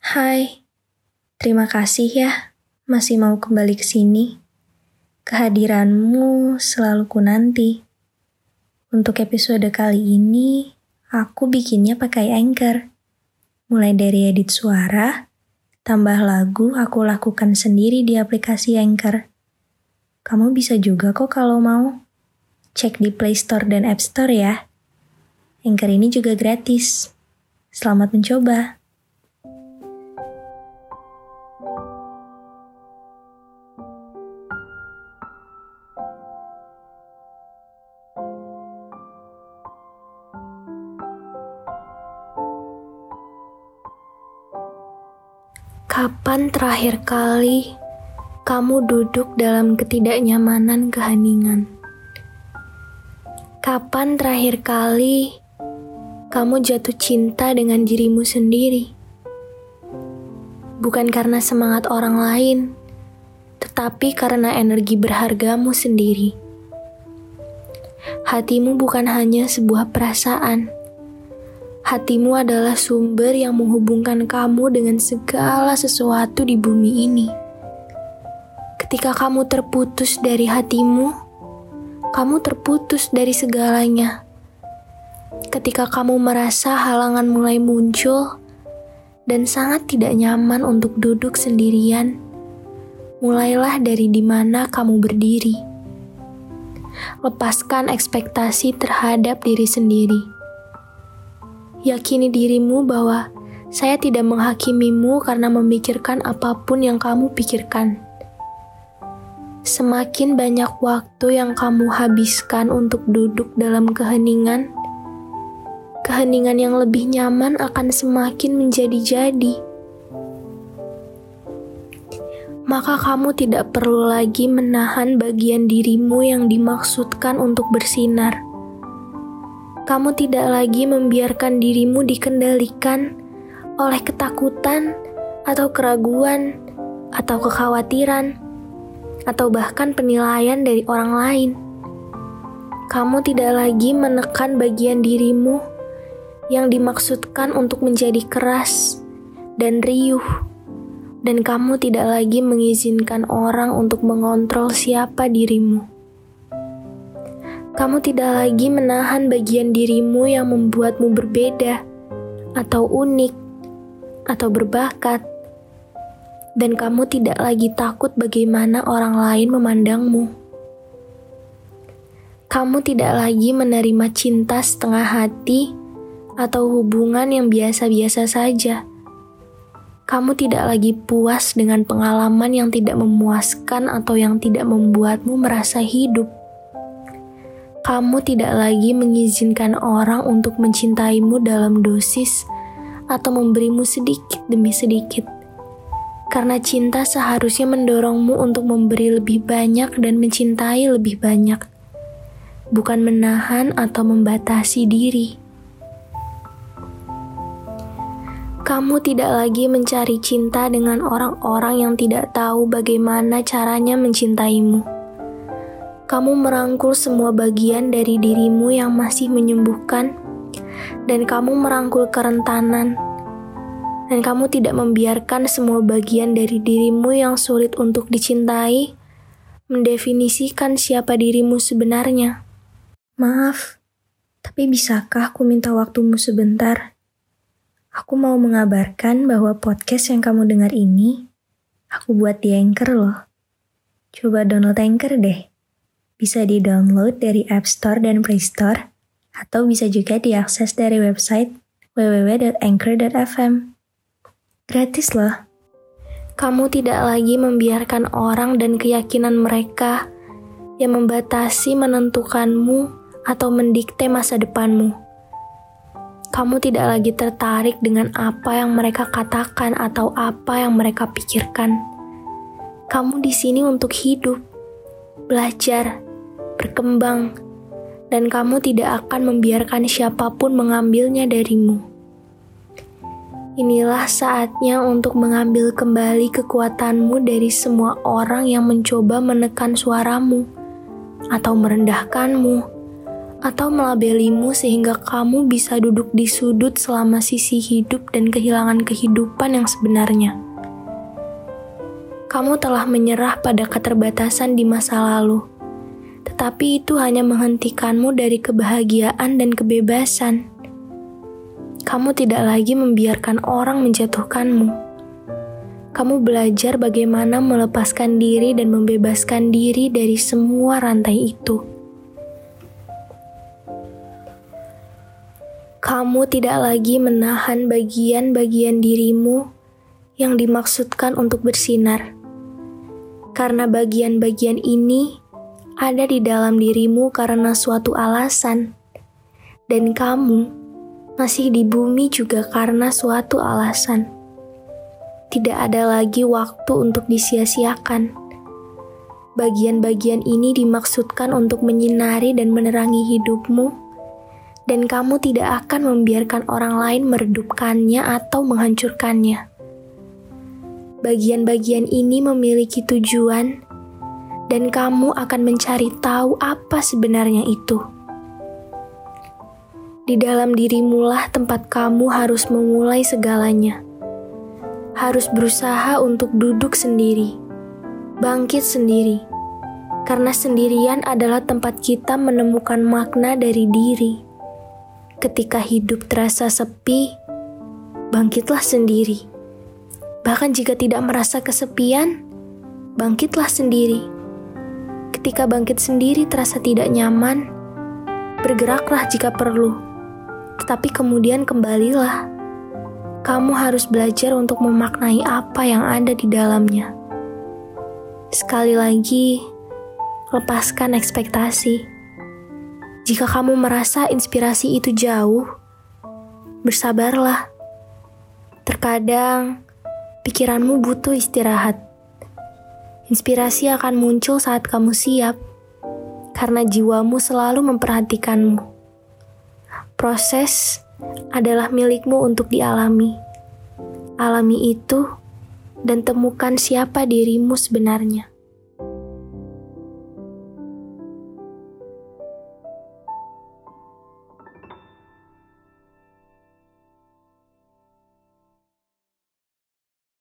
Hai, terima kasih ya masih mau kembali ke sini. Kehadiranmu selalu ku nanti. Untuk episode kali ini, aku bikinnya pakai Anchor. Mulai dari edit suara, tambah lagu aku lakukan sendiri di aplikasi Anchor. Kamu bisa juga kok kalau mau. Cek di Play Store dan App Store ya. Anchor ini juga gratis. Selamat mencoba. Kapan terakhir kali kamu duduk dalam ketidaknyamanan keheningan? Kapan terakhir kali kamu jatuh cinta dengan dirimu sendiri? Bukan karena semangat orang lain, tetapi karena energi berhargamu sendiri. Hatimu bukan hanya sebuah perasaan. Hatimu adalah sumber yang menghubungkan kamu dengan segala sesuatu di bumi ini. Ketika kamu terputus dari hatimu, kamu terputus dari segalanya. Ketika kamu merasa halangan mulai muncul dan sangat tidak nyaman untuk duduk sendirian, mulailah dari di mana kamu berdiri. Lepaskan ekspektasi terhadap diri sendiri. Yakini dirimu bahwa saya tidak menghakimimu karena memikirkan apapun yang kamu pikirkan. Semakin banyak waktu yang kamu habiskan untuk duduk dalam keheningan yang lebih nyaman akan semakin menjadi-jadi. Maka kamu tidak perlu lagi menahan bagian dirimu yang dimaksudkan untuk bersinar. Kamu tidak lagi membiarkan dirimu dikendalikan oleh ketakutan atau keraguan atau kekhawatiran atau bahkan penilaian dari orang lain. Kamu tidak lagi menekan bagian dirimu yang dimaksudkan untuk menjadi keras dan riuh, dan kamu tidak lagi mengizinkan orang untuk mengontrol siapa dirimu. Kamu tidak lagi menahan bagian dirimu yang membuatmu berbeda, atau unik, atau berbakat. Dan kamu tidak lagi takut bagaimana orang lain memandangmu. Kamu tidak lagi menerima cinta setengah hati, atau hubungan yang biasa-biasa saja. Kamu tidak lagi puas dengan pengalaman yang tidak memuaskan atau yang tidak membuatmu merasa hidup. Kamu tidak lagi mengizinkan orang untuk mencintaimu dalam dosis atau memberimu sedikit demi sedikit. Karena cinta seharusnya mendorongmu untuk memberi lebih banyak dan mencintai lebih banyak, bukan menahan atau membatasi diri. Kamu tidak lagi mencari cinta dengan orang-orang yang tidak tahu bagaimana caranya mencintaimu. Kamu merangkul semua bagian dari dirimu yang masih menyembuhkan, dan kamu merangkul kerentanan, dan kamu tidak membiarkan semua bagian dari dirimu yang sulit untuk dicintai mendefinisikan siapa dirimu sebenarnya. Maaf, tapi bisakah aku minta waktumu sebentar? Aku mau mengabarkan bahwa podcast yang kamu dengar ini, aku buat di Anchor loh. Coba download Anchor deh. Bisa di-download dari App Store dan Play Store, atau bisa juga diakses dari website www.anchor.fm. Gratis loh. Kamu tidak lagi membiarkan orang dan keyakinan mereka yang membatasi menentukanmu atau mendikte masa depanmu. Kamu tidak lagi tertarik dengan apa yang mereka katakan atau apa yang mereka pikirkan. Kamu di sini untuk hidup, belajar, berkembang, dan kamu tidak akan membiarkan siapapun mengambilnya darimu. Inilah saatnya untuk mengambil kembali kekuatanmu dari semua orang yang mencoba menekan suaramu, atau merendahkanmu, atau melabelimu sehingga kamu bisa duduk di sudut selama sisi hidup dan kehilangan kehidupan yang sebenarnya. Kamu telah menyerah pada keterbatasan di masa lalu, tetapi itu hanya menghentikanmu dari kebahagiaan dan kebebasan. Kamu tidak lagi membiarkan orang menjatuhkanmu. Kamu belajar bagaimana melepaskan diri dan membebaskan diri dari semua rantai itu. Kamu tidak lagi menahan bagian-bagian dirimu yang dimaksudkan untuk bersinar. Karena bagian-bagian ini ada di dalam dirimu karena suatu alasan. Dan kamu masih di bumi juga karena suatu alasan. Tidak ada lagi waktu untuk disia-siakan. Bagian-bagian ini dimaksudkan untuk menyinari dan menerangi hidupmu, dan kamu tidak akan membiarkan orang lain meredupkannya atau menghancurkannya. Bagian-bagian ini memiliki tujuan, dan kamu akan mencari tahu apa sebenarnya itu. Di dalam dirimulah tempat kamu harus memulai segalanya. Harus berusaha untuk duduk sendiri, bangkit sendiri, karena sendirian adalah tempat kita menemukan makna dari diri. Ketika hidup terasa sepi, bangkitlah sendiri. Bahkan jika tidak merasa kesepian, bangkitlah sendiri. Ketika bangkit sendiri terasa tidak nyaman, bergeraklah jika perlu. Tetapi kemudian kembalilah. Kamu harus belajar untuk memaknai apa yang ada di dalamnya. Sekali lagi, lepaskan ekspektasi. Jika kamu merasa inspirasi itu jauh, bersabarlah. Terkadang, pikiranmu butuh istirahat. Inspirasi akan muncul saat kamu siap, karena jiwamu selalu memperhatikanmu. Proses adalah milikmu untuk dialami. Alami itu dan temukan siapa dirimu sebenarnya.